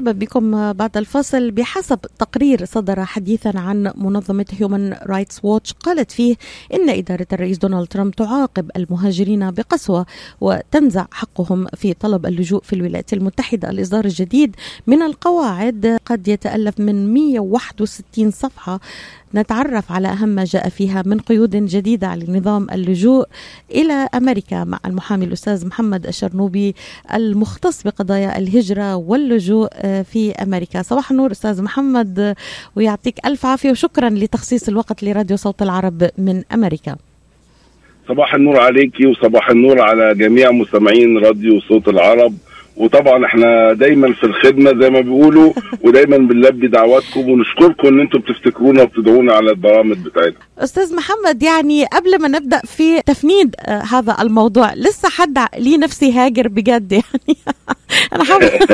مرحبا بكم بعد الفاصل. بحسب تقرير صدر حديثا عن منظمة هيومن رايتس ووتش قالت فيه إن إدارة الرئيس دونالد ترامب تعاقب المهاجرين بقسوة وتنزع حقهم في طلب اللجوء في الولايات المتحدة. الإصدار الجديد من القواعد قد يتألف من 161 صفحة نتعرف على أهم ما جاء فيها من قيود جديدة على نظام اللجوء إلى أمريكا مع المحامي الأستاذ محمد الشرنوبي المختص بقضايا الهجرة واللجوء في أمريكا. صباح النور أستاذ محمد ويعطيك ألف عافية وشكرا لتخصيص الوقت لراديو صوت العرب من أمريكا. صباح النور عليكي وصباح النور على جميع مستمعين راديو صوت العرب، وطبعا احنا دايما في الخدمة زي ما بيقولوا ودايما بنلبي دعواتكم ونشكركم ان انتم بتفتكرونا وبتدعونا على البرامج بتاعتنا. استاذ محمد، يعني قبل ما نبدأ في تفنيد هذا الموضوع، لسه حد لي نفسي هاجر بجد يعني انا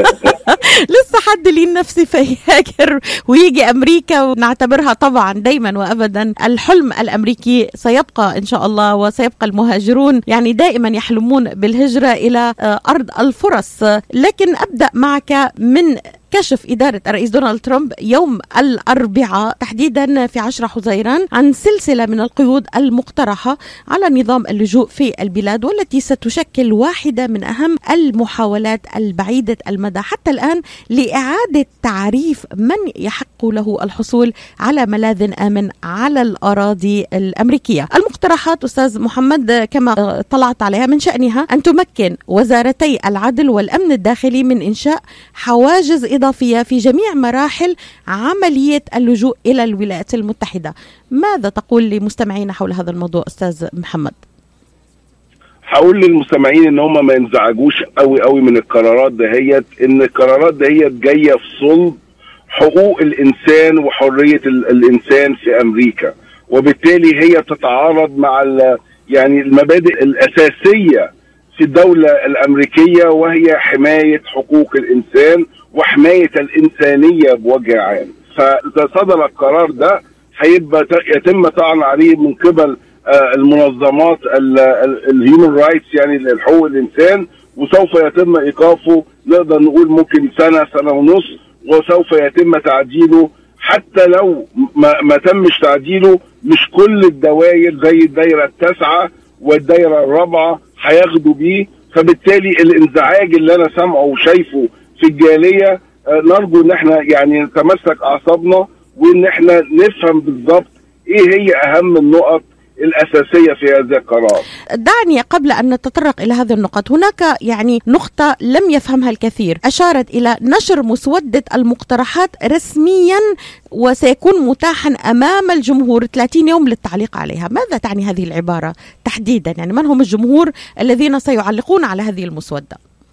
لسه حد لي نفسي في هاجر ويجي امريكا، ونعتبرها طبعا دايما وابدا الحلم الامريكي سيبقى ان شاء الله، وسيبقى المهاجرون يعني دائما يحلمون بالهجرة الى ارض الفرص. لكن ابدأ معك من كشف إدارة الرئيس دونالد ترامب يوم الأربعاء تحديدا في 10 حزيران عن سلسلة من القيود المقترحة على نظام اللجوء في البلاد، والتي ستشكل واحدة من أهم المحاولات البعيدة المدى حتى الآن لإعادة تعريف من يحق له الحصول على ملاذ آمن على الأراضي الأمريكية. المقترحات أستاذ محمد كما طلعت عليها من شأنها أن تمكن وزارتي العدل والأمن الداخلي من إنشاء حواجز إضافية في جميع مراحل عملية اللجوء إلى الولايات المتحدة. ماذا تقول لمستمعين حول هذا الموضوع أستاذ محمد؟ هقول للمستمعين ان هم ما ينزعجوش قوي من القرارات دهيت، ان القرارات دهيت جاية في صلب حقوق الإنسان وحرية الإنسان في أمريكا، وبالتالي هي تتعارض مع يعني المبادئ الأساسية في الدولة الأمريكية، وهي حماية حقوق الإنسان وحماية الإنسانية بوجه عام. فإذا صدر القرار ده هيبقى يتم طعن عليه من قبل المنظمات الهيومن رايتس، يعني الحقوق الإنسان، وسوف يتم إيقافه نقدر نقول ممكن سنة ونص، وسوف يتم تعديله. حتى لو ما تمش تعديله مش كل الدوائر زي الدائرة 9 والدائرة 4 هياخدوا بيه، فبالتالي الانزعاج اللي انا سامعه وشايفه في الجالية نرجو ان احنا يعني نتمسك اعصابنا وان احنا نفهم بالضبط ايه هي اهم النقط الأساسية في هذا القرار. دعني قبل أن نتطرق إلى هذه النقط، هناك يعني نقطة لم يفهمها الكثير، أشارت إلى نشر مسودة المقترحات رسميا وسيكون متاحا أمام الجمهور 30 يوم للتعليق عليها. ماذا تعني هذه العبارة تحديدا؟ يعني من هم الجمهور الذين سيعلقون على هذه المسودة؟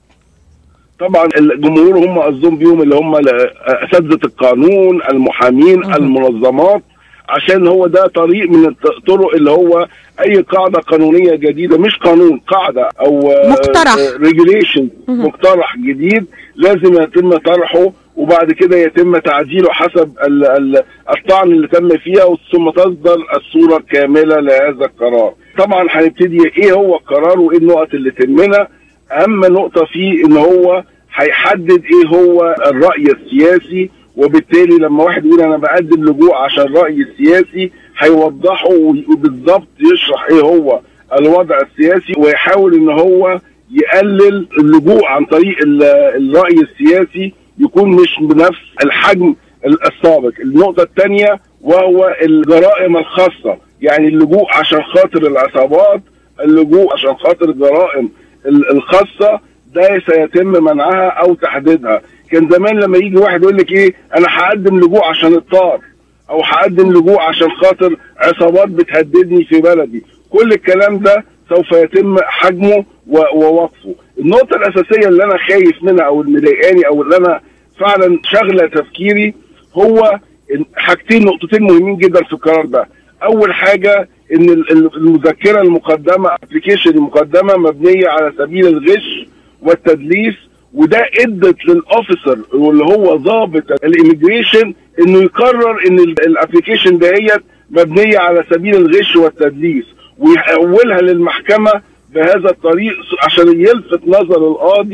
طبعا الجمهور هم قصدهم بيهم اللي هم أساتذة القانون، المحامين، المنظمات، عشان هو ده طريق من الطرق اللي هو اي قاعدة قانونية جديدة، مش قانون، قاعدة او مقترح ريجوليشن مقترح جديد لازم يتم طرحه، وبعد كده يتم تعديله حسب الطعن اللي تم فيها، ثم تصدر الصورة الكاملة لهذا القرار. طبعا هنبتدي ايه هو القرار وايه النقط اللي تهمنا. اهم نقطة فيه ان هو هيحدد ايه هو الرأي السياسي، وبالتالي لما واحد يقول انا بقدم لجوء عشان رأيي السياسي هيوضحه وبالضبط يشرح ايه هو الوضع السياسي، ويحاول ان هو يقلل اللجوء عن طريق الرأي السياسي يكون مش بنفس الحجم السابق. النقطة الثانية وهو الجرائم الخاصة، يعني اللجوء عشان خاطر العصابات، اللجوء عشان خاطر الجرائم الخاصة ده سيتم منعها او تحديدها. كان زمان لما يجي واحد يقول لك ايه انا هقدم لجوء عشان الطار، او هقدم لجوء عشان خاطر عصابات بتهددني في بلدي، كل الكلام ده سوف يتم حجمه ووقفه. النقطة الأساسية اللي أنا خايف منها أو اللي مضايقاني أو اللي أنا فعلا شغلة تفكيري هو نقطتين مهمين جدا في القرار ده. أول حاجة إن المذكرة المقدمة ابلكيشن المقدمة مبنية على سبيل الغش والتدليس، وده ادت للأوفيسر واللي هو ضابط الإيميجريشن إنه يقرر إن الابلكيشن دهيت مبنية على سبيل الغش والتدليس، ويحولها للمحكمة بهذا الطريق عشان يلفت نظر القاضي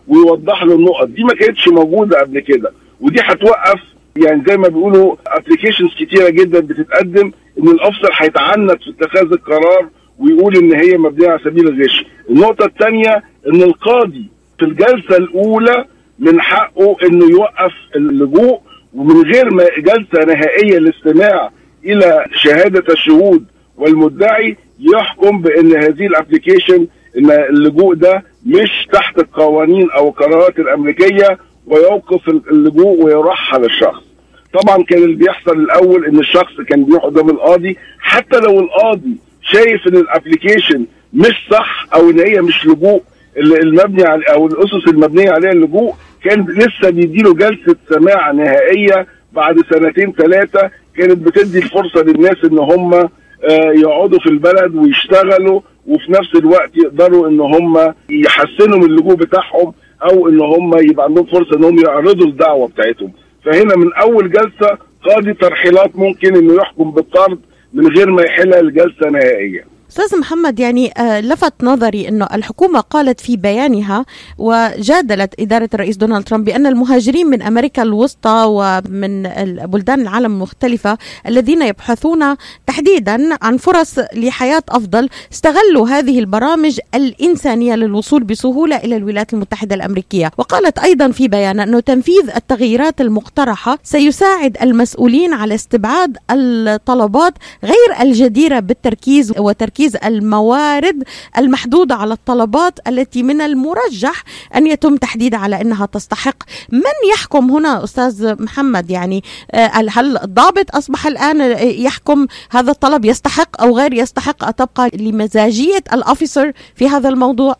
ويوضح له النقط دي ما كانتش موجوده قبل كده. ودي هتوقف يعني زي ما بيقولوا ابلكيشنز كتيره جدا بتتقدم ان الافسر هيتعنت في اتخاذ القرار ويقول ان هي مبنيه على سبيل الغش. النقطه الثانيه ان القاضي في الجلسه الاولى من حقه انه يوقف اللجوء، ومن غير ما جلسه نهائيه للاستماع الى شهاده الشهود والمدعي يحكم بان هذه الابلكيشن ان اللجوء ده مش تحت القوانين او القرارات الامريكيه، ويوقف اللجوء ويرحل الشخص. طبعا كان اللي بيحصل الاول ان الشخص كان بيروح قدام القاضي، حتى لو القاضي شايف ان الابلكيشن مش صح او ان هي مش لجوء المبني على او الاسس المبنيه عليها اللجوء، كان لسه بيديله جلسه سماع نهائيه بعد 2 3 كانت بتدي الفرصه للناس ان هم يقعدوا في البلد ويشتغلوا، وفي نفس الوقت يقدروا ان هم يحسنوا من اللجوء بتاعهم او ان هم يبقى عندهم فرصه انهم يعرضوا الدعوه بتاعتهم. فهنا من اول جلسه قاضي ترحيلات ممكن انه يحكم بالطرد من غير ما يحلها لجلسه نهائيه. أستاذ محمد، يعني لفت نظري أنه الحكومة قالت في بيانها وجادلت إدارة الرئيس دونالد ترامب بأن المهاجرين من أمريكا الوسطى ومن بلدان العالم المختلفة الذين يبحثون تحديدا عن فرص لحياة أفضل استغلوا هذه البرامج الإنسانية للوصول بسهولة إلى الولايات المتحدة الأمريكية. وقالت أيضا في بيانها أنه تنفيذ التغييرات المقترحة سيساعد المسؤولين على استبعاد الطلبات غير الجديرة بالتركيز وتركيز الموارد المحدودة على الطلبات التي من المرجح أن يتم تحديدها على أنها تستحق. من يحكم هنا أستاذ محمد؟ يعني هل الضابط أصبح الآن يحكم هذا الطلب يستحق أو غير يستحق، تبقى لمزاجية الأوفيسر في هذا الموضوع؟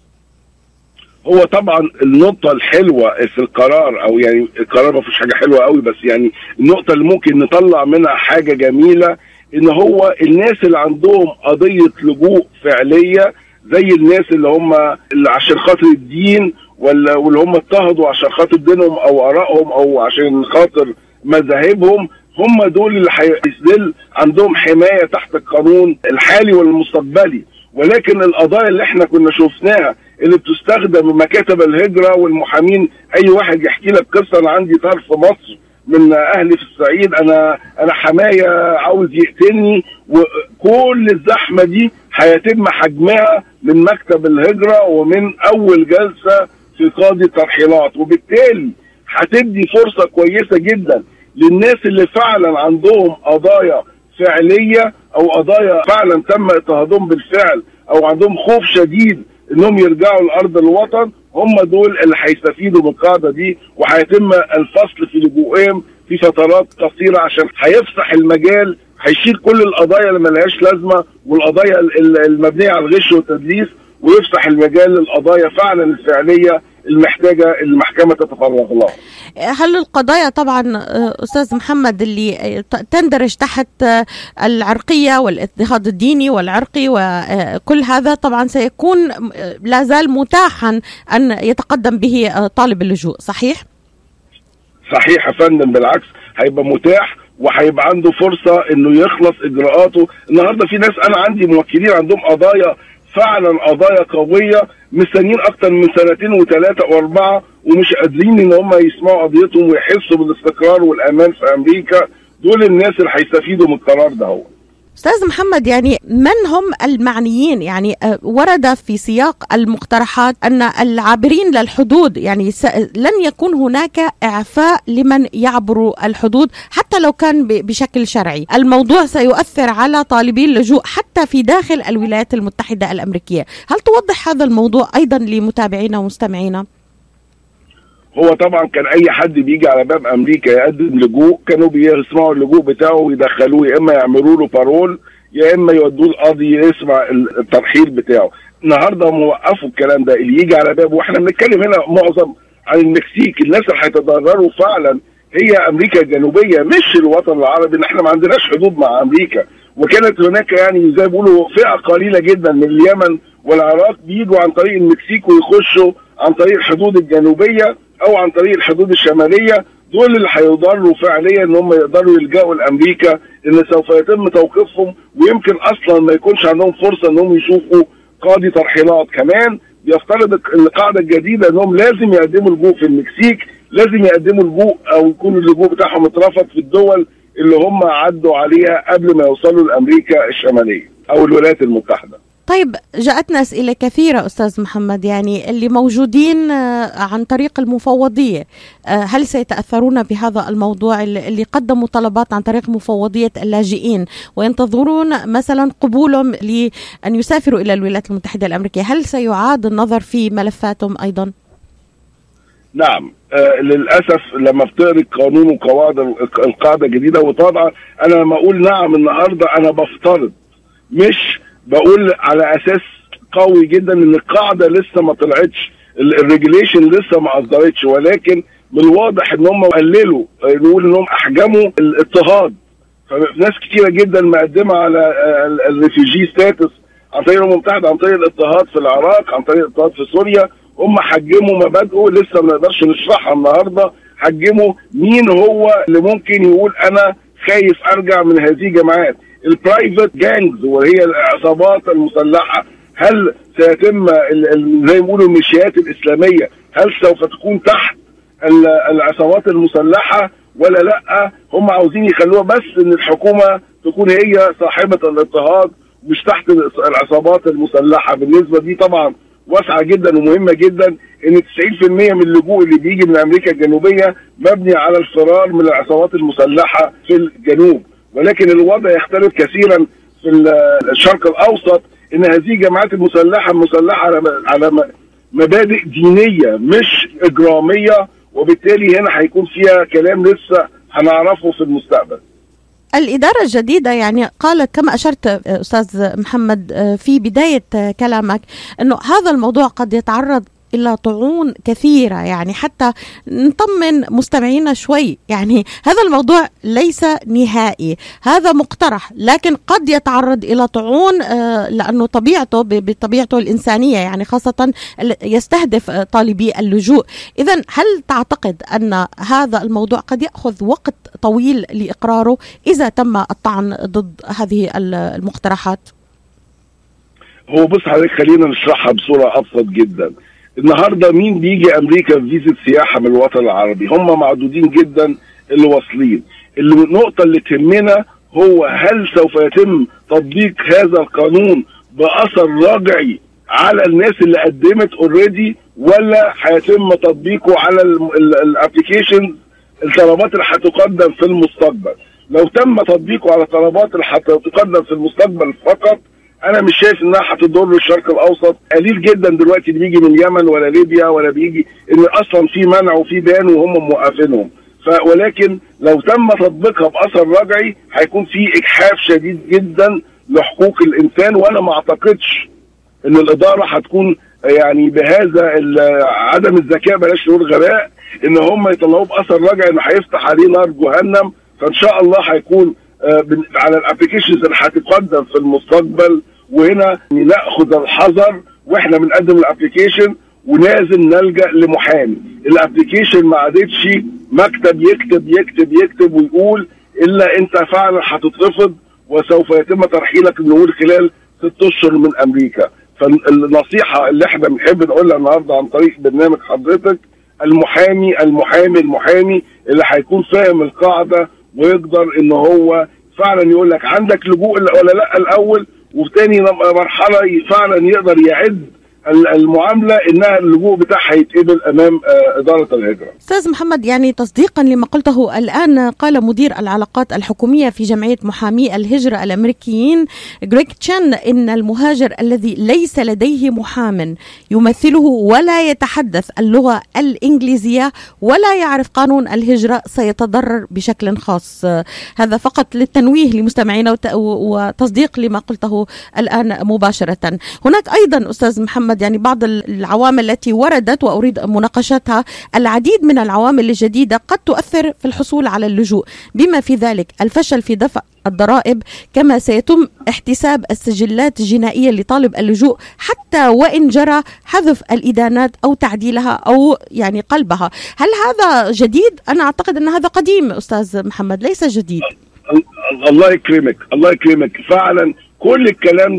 هو طبعا النقطة الحلوة في القرار، او يعني القرار ما فيش حاجة حلوة قوي، بس يعني النقطة اللي ممكن نطلع منها حاجة جميلة ان هو الناس اللي عندهم قضية لجوء فعلية، زي الناس اللي هم اللي عشان خاطر الدين واللي هم اضطهدوا عشان خاطر دينهم او ارائهم او عشان خاطر مذاهبهم، هم دول اللي هيسدل عندهم حماية تحت القانون الحالي والمستقبلي. ولكن القضايا اللي احنا كنا شفناها اللي بتستخدم مكاتب الهجرة والمحامين، اي واحد يحكي لك قصة انا عندي طرف مصر من اهلي في الصعيد، انا حماية عاوز يقتلني، وكل الزحمة دي هيتم حجمها من مكتب الهجرة ومن اول جلسة في قاضي الترحيلات. وبالتالي هتدي فرصة كويسة جدا للناس اللي فعلا عندهم قضايا فعلية او قضايا فعلا تم اضطهادهم بالفعل او عندهم خوف شديد انهم يرجعوا لارض الوطن، هم دول اللي هيستفيدوا من القاعده دي، وهيتم الفصل في لجوئهم في فترات قصيره عشان هيفسح المجال، هيشيل كل القضايا اللي ملهاش لازمه والقضايا المبنيه على الغش والتدليس، ويفتح المجال للقضايا فعلا الفعليه المحتاجه المحكمه تتفرغ لها. هل القضايا طبعا أستاذ محمد اللي تندرج تحت العرقية والاضطهاد الديني والعرقي وكل هذا طبعا سيكون لازال متاحا أن يتقدم به طالب اللجوء، صحيح؟ صحيح يا فندم، بالعكس هيبقى متاح وهيبقى عنده فرصة انه يخلص اجراءاته. النهاردة في ناس انا عندي موكلين عندهم قضايا فعلا قضايا قوية مستنيين اكتر من 2 و3 و4 ومش قادرين ان هم يسمعوا قضيتهم ويحسوا بالاستقرار والامان في امريكا. دول الناس اللي هيستفيدوا من القرار ده. هو أستاذ محمد، يعني من هم المعنيين؟ يعني ورد في سياق المقترحات أن العابرين للحدود يعني لن يكون هناك إعفاء لمن يعبر الحدود حتى لو كان بشكل شرعي. الموضوع سيؤثر على طالبي اللجوء حتى في داخل الولايات المتحدة الأمريكية. هل توضح هذا الموضوع أيضا لمتابعينا ومستمعينا؟ هو طبعا كان اي حد بيجي على باب امريكا يقدم لجوء كانوا بيسمعوا اللجوء بتاعه ويدخلوه، يا اما يعملوا له بارول يا اما يودوه القاضي يسمع الترحيل بتاعه. النهارده موقفوا الكلام ده، اللي يجي على بابه. واحنا بنتكلم هنا معظم عن المكسيك، الناس اللي هيتضرروا فعلا هي امريكا الجنوبيه مش الوطن العربي، ان احنا ما عندناش حدود مع امريكا. وكانت هناك يعني زي ما بيقولوا فئه قليله جدا من اليمن والعراق بيجوا عن طريق المكسيك ويخشوا عن طريق الحدود الجنوبيه او عن طريق الحدود الشماليه. دول اللي هيضروا فعليا ان هم يقدروا يلجأوا لامريكا، ان سوف يتم توقيفهم ويمكن اصلا ما يكونش عندهم فرصه انهم يشوفوا قاضي ترحيلات. كمان بيفترض القاعده الجديده انهم لازم يقدموا لجوء في المكسيك، لازم يقدموا لجوء او يكون اللجوء بتاعهم اترفض في الدول اللي هم عدوا عليها قبل ما يوصلوا لامريكا الشماليه او الولايات المتحده. طيب، جاءتنا أسئلة كثيرة أستاذ محمد، يعني اللي موجودين عن طريق المفوضية، هل سيتأثرون بهذا الموضوع؟ اللي قدموا طلبات عن طريق مفوضية اللاجئين وينتظرون مثلا قبولهم لأن يسافروا إلى الولايات المتحدة الأمريكية، هل سيعاد النظر في ملفاتهم أيضا؟ نعم، للأسف لما بتقرأ القانون وقواعد القاعدة الجديدة، وطبعا أنا لما أقول نعم النهاردة أنا بفترض، مش بقول على أساس قوي جدا إن القاعدة لسه ما طلعتش، الريجوليشن لسه ما أصدرتش، ولكن من الواضح إن هم قللوا، نقول إنهم أحجموا الاضطهاد. فناس كتيرة جدا مقدمة على الريفيجي ستاتس عن طريق الأمم المتحدة، عن طريق الاضطهاد في العراق، عن طريق الاضطهاد في سوريا. هم حجموا مبادئه لسه ما نقدرش نشرحها النهارده. حجموا مين هو اللي ممكن يقول انا خايف ارجع من هذه الجماعات، البرايفت جانجز وهي العصابات المسلحه. هل سيتم زي ما بيقولوا الميليشيات الاسلاميه، هل سوف تكون تحت العصابات المسلحه ولا لا؟ هم عاوزين يخلوها بس ان الحكومه تكون هي صاحبه الاضطهاد مش تحت العصابات المسلحه. بالنسبه دي طبعا واسعة جدا ومهمة جدا، ان 90% من اللجوء اللي بيجي من امريكا الجنوبية مبني على الفرار من العصابات المسلحة في الجنوب، ولكن الوضع يختلف كثيرا في الشرق الاوسط، ان هذه الجماعات المسلحة على مبادئ دينية مش اجرامية، وبالتالي هنا هيكون فيها كلام لسه هنعرفه في المستقبل. الإدارة الجديدة يعني قالت كما أشرت أستاذ محمد في بداية كلامك أنه هذا الموضوع قد يتعرض إلا طعون كثيرة، يعني حتى نطمن مستمعينا شوي، يعني هذا الموضوع ليس نهائي، هذا مقترح، لكن قد يتعرض إلى طعون لأنه بطبيعته الإنسانية، يعني خاصة يستهدف طالبي اللجوء. إذن هل تعتقد أن هذا الموضوع قد يأخذ وقت طويل لإقراره إذا تم الطعن ضد هذه المقترحات؟ هو بص حضرتك، خلينا نشرحها بصورة أبسط جدا. النهارده مين بيجي امريكا بفيزا سياحه من الوطن العربي؟ هم معدودين جدا اللي واصلين. النقطه اللي تهمنا هو هل سوف يتم تطبيق هذا القانون باثر راجعي على الناس اللي قدمت اوريدي، ولا هيتم تطبيقه على الابلكيشن، الطلبات اللي هتقدم في المستقبل؟ لو تم تطبيقه على الطلبات اللي هتقدم في المستقبل فقط، انا مش شايف انها هتضر الشرق الاوسط. قليل جدا دلوقتي اللي بيجي من اليمن ولا ليبيا ولا بيجي، ان اصلا في منع وفي بان وهم موقفينهم. ولكن لو تم تطبيقها باثر رجعي هيكون في اجحاف شديد جدا لحقوق الانسان، وانا ما اعتقدش ان الاداره هتكون يعني بهذا عدم الذكاء، بلاش نقول غباء، ان هم يطلعوه باثر رجعي انه هيفتح عليه نار جهنم. فان شاء الله هيكون على الابلكيشنز اللي هتقدم في المستقبل، وهنا ناخذ الحذر واحنا بنقدم الابلكيشن، ولازم نلجا لمحامي. الابلكيشن ما عادتش مكتب يكتب ويقول الا انت فعلا هتترفض وسوف يتم ترحيلك نقول خلال 6 اشهر من امريكا. فالنصيحه اللي احنا بنحب نقولها النهارده عن طريق برنامج حضرتك، المحامي اللي هيكون فاهم القاعده ويقدر ان هو فعلا يقول لك عندك لجوء ولا لا الاول، وثاني مرحله فعلا يقدر يعد المعامله انها اللجوء بتاعها يتقبل امام اداره الهجره. استاذ محمد، يعني تصديقا لما قلته الان، قال مدير العلاقات الحكوميه في جمعيه محامي الهجره الامريكيين غريغ تشان ان المهاجر الذي ليس لديه محام يمثله ولا يتحدث اللغه الانجليزيه ولا يعرف قانون الهجره سيتضرر بشكل خاص. هذا فقط للتنويه لمستمعينا وتصديق لما قلته الان مباشره. هناك ايضا استاذ محمد يعني بعض العوامل التي وردت وأريد مناقشتها. العديد من العوامل الجديدة قد تؤثر في الحصول على اللجوء، بما في ذلك الفشل في دفع الضرائب، كما سيتم احتساب السجلات الجنائية لطالب اللجوء حتى وإن جرى حذف الإدانات أو تعديلها أو يعني قلبها. هل هذا جديد؟ أنا أعتقد أن هذا قديم أستاذ محمد، ليس جديد. الله يكرمك فعلا كل الكلام ده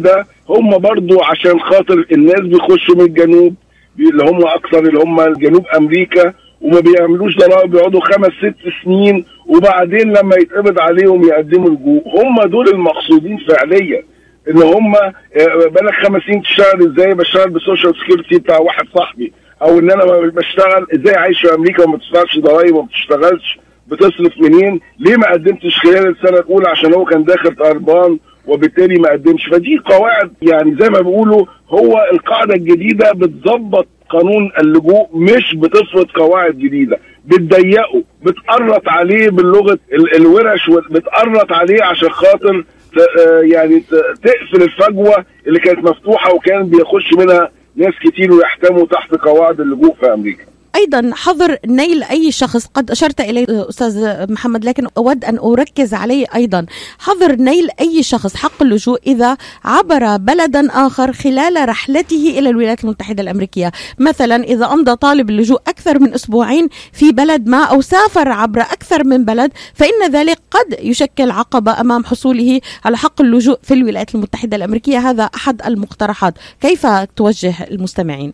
هم برضو عشان خاطر الناس بيخشوا من الجنوب اللي هم اكثر اللي هم جنوب امريكا وما بيعملوش ضرائب، بيقعدوا 5-6 سنين وبعدين لما يتقبض عليهم يقدموا لجوء. هم دول المقصودين فعليا، ان هم بقالك 5 سنين تشتغل ازاي؟ بشتغل بالسوشيال سكيورتي بتاع واحد صاحبي، او ان انا بشتغل ازاي عايش في امريكا وما بتدفعش ضرايب وما بتشتغلش، بتصرف منين؟ ليه ما قدمتش خلال السنه الاولى؟ عشان هو كان داخل هربان وبالتالي ما قدمش. فدي قواعد يعني زي ما بيقولوا، هو القاعده الجديده بتظبط قانون اللجوء، مش بتفرض قواعد جديده، بتضيقه، بتقرط عليه باللغه الورش، بتقرط عليه عشان خاطر يعني تقفل الفجوه اللي كانت مفتوحه وكان بيخش منها ناس كتير ويحتموا تحت قواعد اللجوء في امريكا. أيضا حظر نيل أي شخص، قد أشرت إليه أستاذ محمد لكن أود أن أركز عليه أيضا، حظر نيل أي شخص حق اللجوء إذا عبر بلدا آخر خلال رحلته إلى الولايات المتحدة الأمريكية. مثلا إذا أمضى طالب اللجوء أكثر من أسبوعين في بلد ما أو سافر عبر أكثر من بلد، فإن ذلك قد يشكل عقبة أمام حصوله على حق اللجوء في الولايات المتحدة الأمريكية. هذا أحد المقترحات، كيف توجه المستمعين؟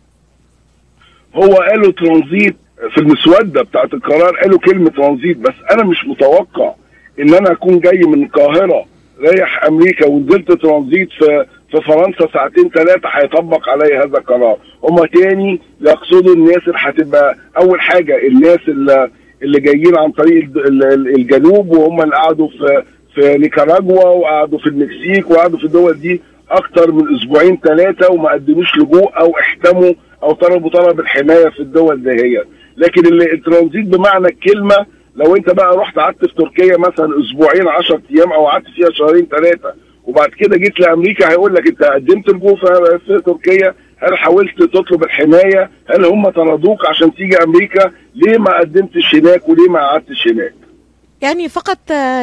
هو قالوا ترانزيت في المسودة بتاعت القرار، قالوا كلمة ترانزيت، بس أنا مش متوقع إن أنا أكون جاي من القاهرة رايح أمريكا ونزلت ترانزيت في فرنسا 2-3 هيطبق علي هذا القرار. هما تاني يقصدوا الناس اللي هتبقى أول حاجة الناس اللي جايين عن طريق الجنوب، وهم اللي قعدوا في نيكاراجوا وقعدوا في المكسيك وقعدوا في الدول دي أكتر من 2-3 وما قدموش لجوء أو احتموا او طلبوا طلب الحمايه في الدول دهيت. لكن الترانزيت بمعنى الكلمه، لو انت بقى رحت قعدت في تركيا مثلا 2-10 ايام او قعدت فيها 2-3 وبعد كده جيت لامريكا، هيقول لك انت قدمت لجوء في تركيا؟ هل حاولت تطلب الحمايه؟ هل هم طردوك عشان تيجي امريكا؟ ليه ما قدمتش هناك وليه ما قعدتش هناك؟ يعني فقط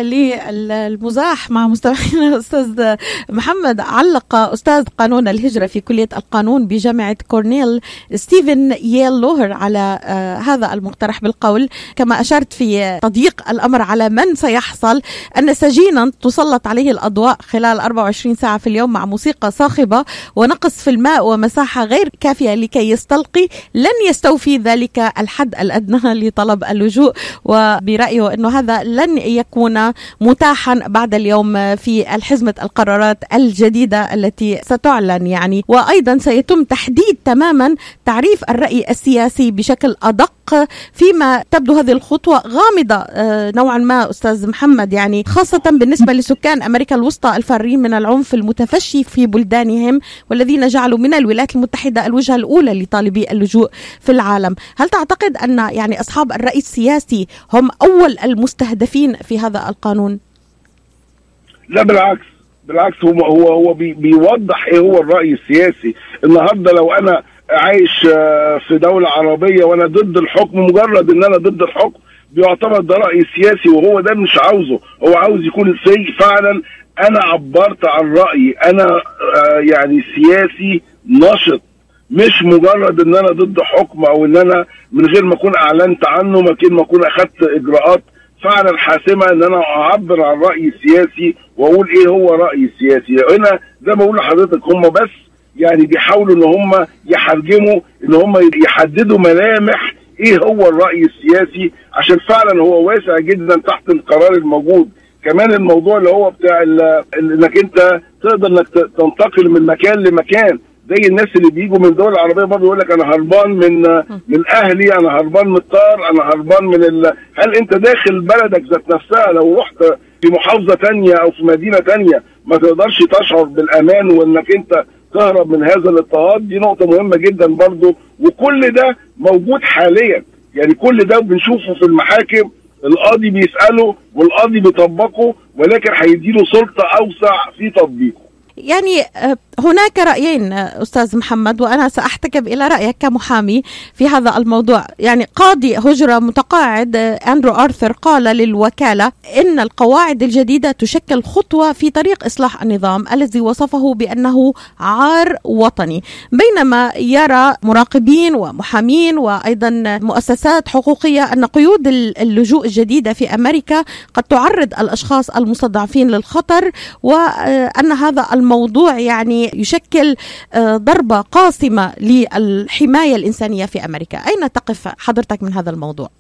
للمزاح مع مستمعينا، أستاذ محمد، علق أستاذ قانون الهجرة في كلية القانون بجامعة كورنيل ستيفن ييل لوهر على هذا المقترح بالقول، كما أشرت في تضييق الأمر على من سيحصل، أن سجينا تسلط عليه الأضواء خلال 24 ساعة في اليوم مع موسيقى صاخبة ونقص في الماء ومساحة غير كافية لكي يستلقي لن يستوفي ذلك الحد الأدنى لطلب اللجوء. وبرأيه أنه هذا لن يكون متاحا بعد اليوم في حزمة القرارات الجديدة التي ستعلن يعني. وأيضا سيتم تحديد تماما تعريف الرأي السياسي بشكل أدق، فيما تبدو هذه الخطوة غامضة نوعا ما أستاذ محمد، يعني خاصة بالنسبة لسكان أمريكا الوسطى الفارين من العنف المتفشي في بلدانهم، والذين جعلوا من الولايات المتحدة الوجهة الأولى لطالبي اللجوء في العالم. هل تعتقد أن يعني أصحاب الرأي السياسي هم أول المستهدفين في هذا القانون؟ لا بالعكس، هو بيوضح ايه هو الرأي السياسي. النهارده لو انا عايش في دولة عربية وانا ضد الحكم، مجرد ان انا ضد الحكم بيعتبر ده رأي سياسي، وهو ده مش عاوزه. هو عاوز يكون فعلا انا عبرت عن رأيي، انا يعني سياسي نشط، مش مجرد ان انا ضد حكم او ان انا من غير ما اكون اعلنت عنه، ما اكون اخدت اجراءات فعلا حاسمه ان انا اعبر عن رايي السياسي واقول ايه هو رايي السياسي. هنا زي ما بقول لحضرتك، هم بس يعني بيحاولوا ان هم يحجموا، ان هم يحددوا ملامح ايه هو الراي السياسي، عشان فعلا هو واسع جدا تحت القرار الموجود. كمان الموضوع اللي هو بتاع انك انت تقدر انك تنتقل من مكان لمكان، زي الناس اللي بيجوا من الدول العربيه برضه يقول لك انا هربان من اهلي، انا هربان من الطار، انا هربان هل انت داخل بلدك ذات نفسها لو رحت في محافظه تانية او في مدينه تانية ما تقدرش تشعر بالامان وانك انت تهرب من هذا الاضطهاد؟ دي نقطه مهمه جدا برضه، وكل ده موجود حاليا. يعني كل ده بنشوفه في المحاكم، القاضي بيساله والقاضي بيطبقه، ولكن هيديله سلطه اوسع في تطبيقه. يعني هناك رأيين أستاذ محمد، وأنا سأحتكب إلى رأيك كمحامي في هذا الموضوع. يعني قاضي هجرة متقاعد أندرو آرثر قال للوكالة إن القواعد الجديدة تشكل خطوة في طريق إصلاح النظام الذي وصفه بأنه عار وطني، بينما يرى مراقبين ومحامين وأيضا مؤسسات حقوقية أن قيود اللجوء الجديدة في أمريكا قد تعرض الأشخاص المستضعفين للخطر، وأن هذا الموضوع يعني يشكل ضربة قاصمة للحماية الإنسانية في أمريكا. أين تقف حضرتك من هذا الموضوع؟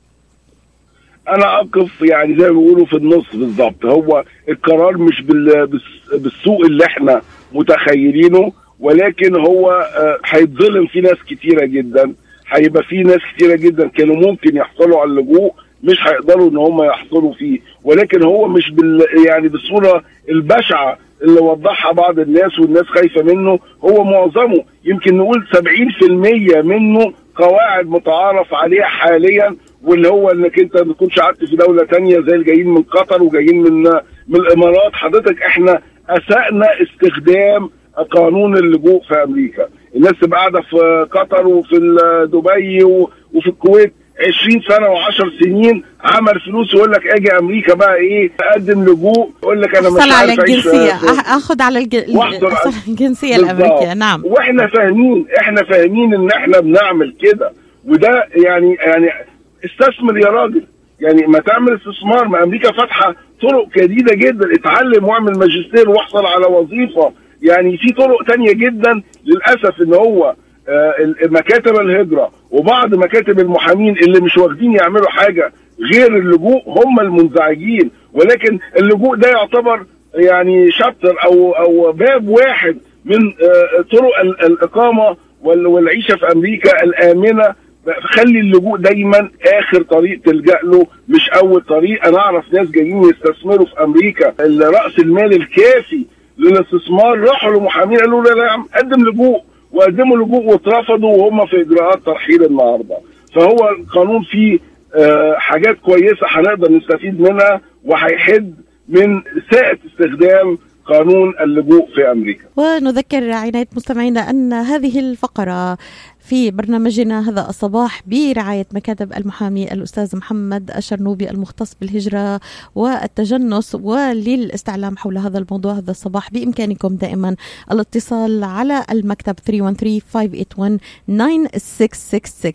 انا اقف يعني زي ما بيقولوا في النص بالظبط. هو القرار مش بالسوء اللي احنا متخيلينه، ولكن هو هيتظلم في ناس كتيرة جدا. هيبقى في ناس كتيرة جدا كانوا ممكن يحصلوا على اللجوء مش هيقدروا ان هم يحصلوا فيه، ولكن هو مش يعني بالصورة البشعة اللي وضحها بعض الناس والناس خايفة منه. هو معظمه يمكن نقول 70% منه قواعد متعارف عليها حاليا، واللي هو انك انت ما تكونش قعدت في دولة تانية زي الجايين من قطر وجايين من الامارات. حضرتك احنا اسأنا استخدام قانون اللجوء في امريكا. الناس تبقى قاعدة في قطر وفي دبي وفي الكويت 20 سنة و10 سنين، عمل فلوس يقول لك اجي امريكا بقى ايه اقدم لجوء، يقول لك انا مش عارف على الجنسية، اخد على الجنسية الامريكية. نعم، واحنا فاهمين ان احنا بنعمل كده، وده يعني استثمر يا راجل، يعني ما تعمل استثمار. ما امريكا فاتحة طرق جديدة جدا، اتعلم واعمل ماجستير واحصل على وظيفة. يعني في طرق تانية جدا. للأسف ان هو مكاتب الهجرة وبعض مكاتب المحامين اللي مش واخدين يعملوا حاجة غير اللجوء هم المنزعجين. ولكن اللجوء ده يعتبر يعني شابتر او باب واحد من طرق الإقامة والعيشة في أمريكا الآمنة. خلي اللجوء دايما آخر طريق تلجأ له مش أول طريق. أنا أعرف ناس جايين يستثمروا في أمريكا، رأس المال الكافي للاستثمار راحوا لمحامين قالوا لا يا عم قدم لجوء، وقدموا لجوء واترفضوا وهم في اجراءات ترحيل النهارده. فهو القانون فيه حاجات كويسه هنقدر نستفيد منها، وهيحد من ساءة استخدام قانون اللجوء في أمريكا. ونذكر عناية مستمعينا أن هذه الفقرة في برنامجنا هذا الصباح برعاية مكاتب المحامي الأستاذ محمد الشرنوبي المختص بالهجرة والتجنس. وللاستعلام حول هذا الموضوع هذا الصباح بإمكانكم دائما الاتصال على المكتب 313-581-9666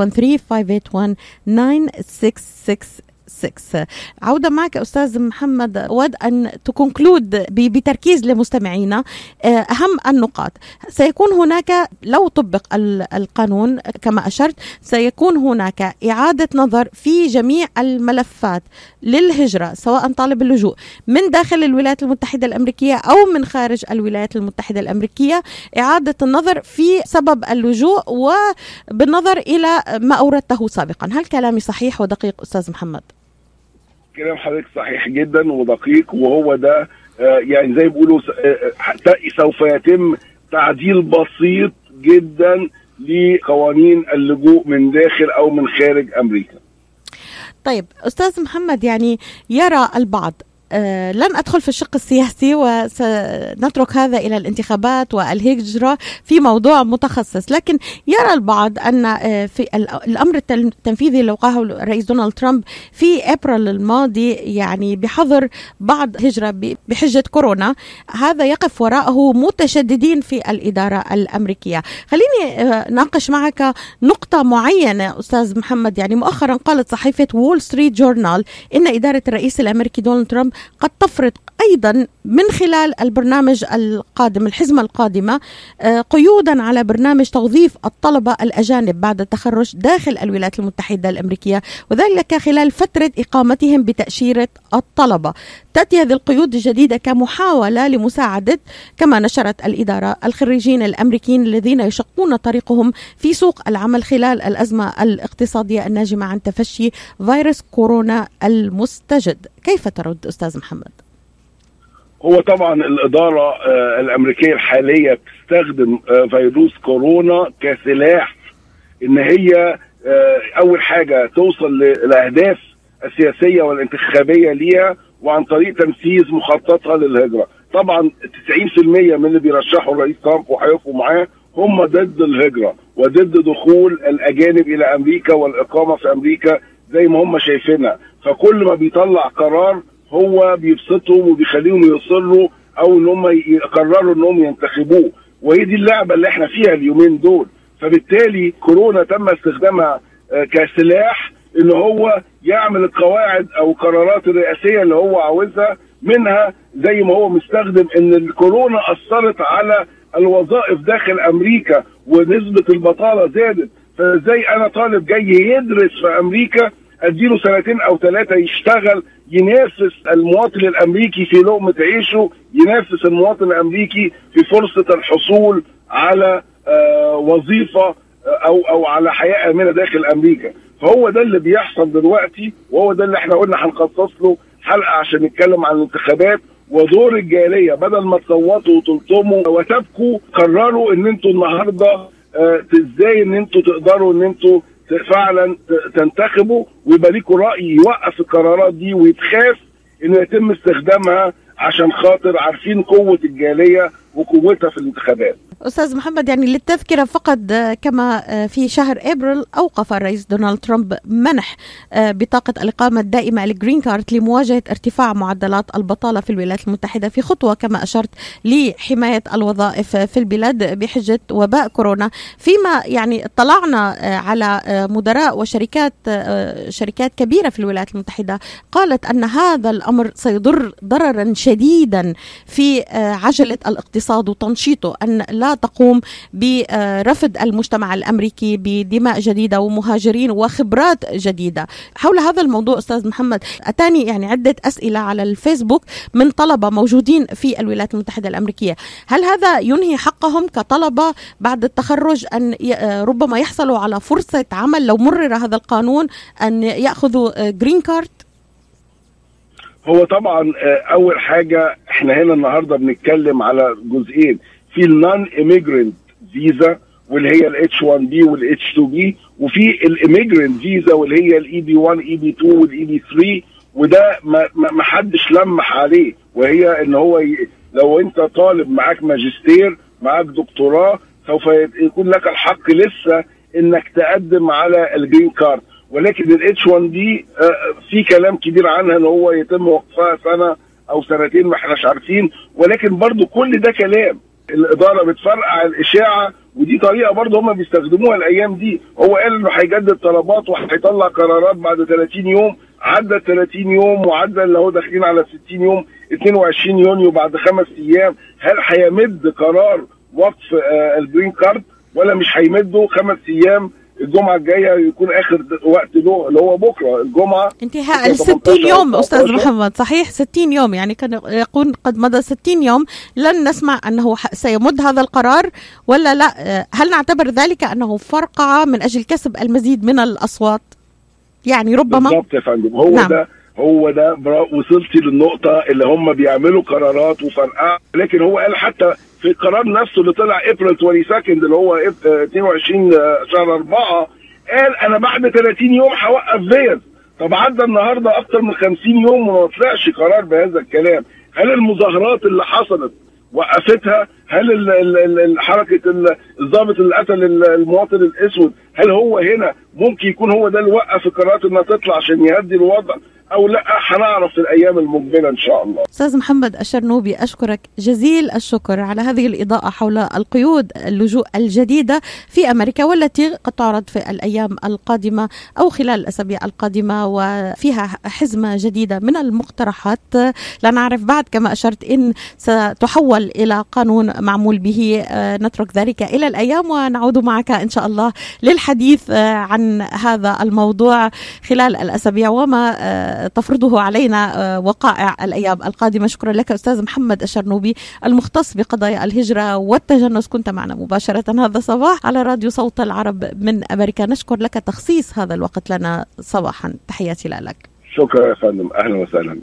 313-581-9666. عودة معك أستاذ محمد، أود أن تكونكلود بتركيز لمستمعينا أهم النقاط. سيكون هناك لو طبق القانون كما أشرت سيكون هناك إعادة نظر في جميع الملفات للهجرة، سواء طالب اللجوء من داخل الولايات المتحدة الأمريكية أو من خارج الولايات المتحدة الأمريكية، إعادة النظر في سبب اللجوء وبالنظر إلى ما أوردته سابقا. هل كلامي صحيح ودقيق أستاذ محمد؟ كلام حضرتك صحيح جدا ودقيق، وهو ده يعني زي بيقولوا سوف يتم تعديل بسيط جدا لقوانين اللجوء من داخل أو من خارج أمريكا. طيب أستاذ محمد، يعني يرى البعض لن أدخل في الشق السياسي وسنترك هذا إلى الانتخابات والهجرة في موضوع متخصص، لكن يرى البعض أن في الأمر التنفيذي اللي وقعه الرئيس دونالد ترامب في أبريل الماضي يعني بحظر بعض هجرة بحجة كورونا، هذا يقف وراءه متشددين في الإدارة الأمريكية. خليني ناقش معك نقطة معينة أستاذ محمد. يعني مؤخرا قالت صحيفة وول ستريت جورنال إن إدارة الرئيس الأمريكي دونالد ترامب قد تفرض أيضا من خلال البرنامج القادم الحزمة القادمة قيودا على برنامج توظيف الطلبة الأجانب بعد التخرج داخل الولايات المتحدة الأمريكية، وذلك خلال فترة إقامتهم بتأشيرة الطلبة. تأتي هذه القيود الجديدة كمحاولة لمساعدة كما نشرت الإدارة الخريجين الأمريكيين الذين يشقون طريقهم في سوق العمل خلال الأزمة الاقتصادية الناجمة عن تفشي فيروس كورونا المستجد. كيف ترد أستاذ محمد؟ هو طبعا الإدارة الأمريكية الحالية بتستخدم فيروس كورونا كسلاح إن هي أول حاجة توصل للأهداف السياسية والانتخابية ليها، وعن طريق تنفيذ مخططها للهجرة. طبعا 90% من اللي بيرشحوا الرئيس ترامب وهيقفوا معاه هم ضد الهجرة وضد دخول الأجانب إلى أمريكا والإقامة في أمريكا زي ما هم شايفينها. فكل ما بيطلع قرار هو بيبسطهم وبيخليهم يصروا او ان هم يقرروا انهم ينتخبوه، وهي دي اللعبه اللي احنا فيها اليومين دول. فبالتالي كورونا تم استخدامها كسلاح ان هو يعمل القواعد او القرارات الرئاسيه اللي هو عاوزها منها زي ما هو مستخدم ان الكورونا اثرت على الوظائف داخل امريكا ونسبة البطالة زادت، فازاي انا طالب جاي يدرس في امريكا اديله 2 أو 3 يشتغل ينافس المواطن الامريكي في لقمة عيشه، ينافس المواطن الامريكي في فرصة الحصول على وظيفة او على حياة امنة داخل امريكا. فهو ده اللي بيحصل دلوقتي، وهو ده اللي احنا قلنا هنخصص له حلقة عشان نتكلم عن الانتخابات ودور الجالية. بدل ما تصوتوا وتلطموا وتبكوا، قرروا ان انتوا النهارده ازاي ان انتوا تقدروا ان انتوا فعلا تنتخبوا ويبقى ليكوا رأي يوقف القرارات دي ويتخاف انه يتم استخدامها، عشان خاطر عارفين قوة الجالية وقوتها في الانتخابات. أستاذ محمد، يعني للتذكرة فقط، كما في شهر أبريل أوقف الرئيس دونالد ترامب منح بطاقة الإقامة الدائمة الجرين كارد لمواجهة ارتفاع معدلات البطالة في الولايات المتحدة، في خطوة كما أشرت لحماية الوظائف في البلاد بحجة وباء كورونا. فيما يعني اطلعنا على مدراء وشركات كبيرة في الولايات المتحدة قالت أن هذا الأمر سيضر ضررا شديدا في عجلة الاقتصاد وتنشيطه، أن لا تقوم برفض المجتمع الأمريكي بدماء جديدة ومهاجرين وخبرات جديدة. حول هذا الموضوع أستاذ محمد، أتاني يعني عدة أسئلة على الفيسبوك من طلبة موجودين في الولايات المتحدة الأمريكية. هل هذا ينهي حقهم كطلبة بعد التخرج أن ربما يحصلوا على فرصة عمل لو مرر هذا القانون أن يأخذوا جرين كارد؟ هو طبعا أول حاجة احنا هنا النهاردة بنتكلم على جزئين، في النون إيميجرنت فيزا واللي هي الH1B والH2B، وفي الإيميجرنت فيزا واللي هي الEB1 EB2 والEB3، وده ما حدش لمح عليه، وهي ان هو لو انت طالب معاك ماجستير معاك دكتوراه سوف يكون لك الحق لسه انك تقدم على الجرين كارد. ولكن الH1B في كلام كبير عنها ان هو يتم وقفها 1 أو 2 ما احناش عارفين، ولكن برضو كل ده كلام. الإدارة بتفرقع الإشاعة، ودي طريقة برضو هم بيستخدموها الأيام دي. هو قال إنه هيجدد طلبات وهيطلع قرارات بعد 30 يوم، عدى 30 يوم وعدى اللي هو داخلين على 60 يوم، 22 يونيو بعد 5 أيام. هل هيمد قرار وقف الجرين كارد ولا مش هيمده 5 أيام؟ الجمعة الجاية يكون آخر وقت له اللي هو بكرة الجمعة، انتهاء 60 يوم أستاذ محمد. صحيح 60 يوم، يعني كان يكون قد مضى 60 يوم. لن نسمع أنه سيمد هذا القرار ولا لا. هل نعتبر ذلك أنه فرقعة من أجل كسب المزيد من الأصوات؟ يعني ربما بالضبط يا فندم. هو نعم. هو ده وصلتي للنقطة اللي هم بيعملوا قرارات وفرقعة. لكن هو قال حتى في القرار نفسه اللي طلع ابريل 22 اللي هو 22 شهر 4، قال انا بعد 30 يوم هوقف فيز. طب عدى النهارده اكتر من 50 يوم وما طلعش قرار بهذا الكلام. هل المظاهرات اللي حصلت وقفتها؟ هل حركة الضابط اللي قتل المواطن الاسود هل هو هنا ممكن يكون هو ده اللي وقف القرارات انها تطلع عشان يهدي الوضع او لا؟ هنعرف في الايام المقبله ان شاء الله. استاذ محمد الشرنوبي، اشكرك جزيل الشكر على هذه الاضاءه حول القيود اللجوء الجديده في امريكا، والتي قد تعرض في الايام القادمه او خلال الاسابيع القادمه، وفيها حزمه جديده من المقترحات. لا نعرف بعد كما اشرت ان ستحول الى قانون معمول به. نترك ذلك الى الايام ونعود معك ان شاء الله للحديث عن هذا الموضوع خلال الاسابيع وما تفرضه علينا وقائع الأيام القادمة. شكرا لك أستاذ محمد الشرنوبي المختص بقضايا الهجرة والتجنس، كنت معنا مباشرة هذا الصباح على راديو صوت العرب من أمريكا. نشكر لك تخصيص هذا الوقت لنا صباحا. تحياتي لك. شكرا يا فندم، أهلا وسهلا.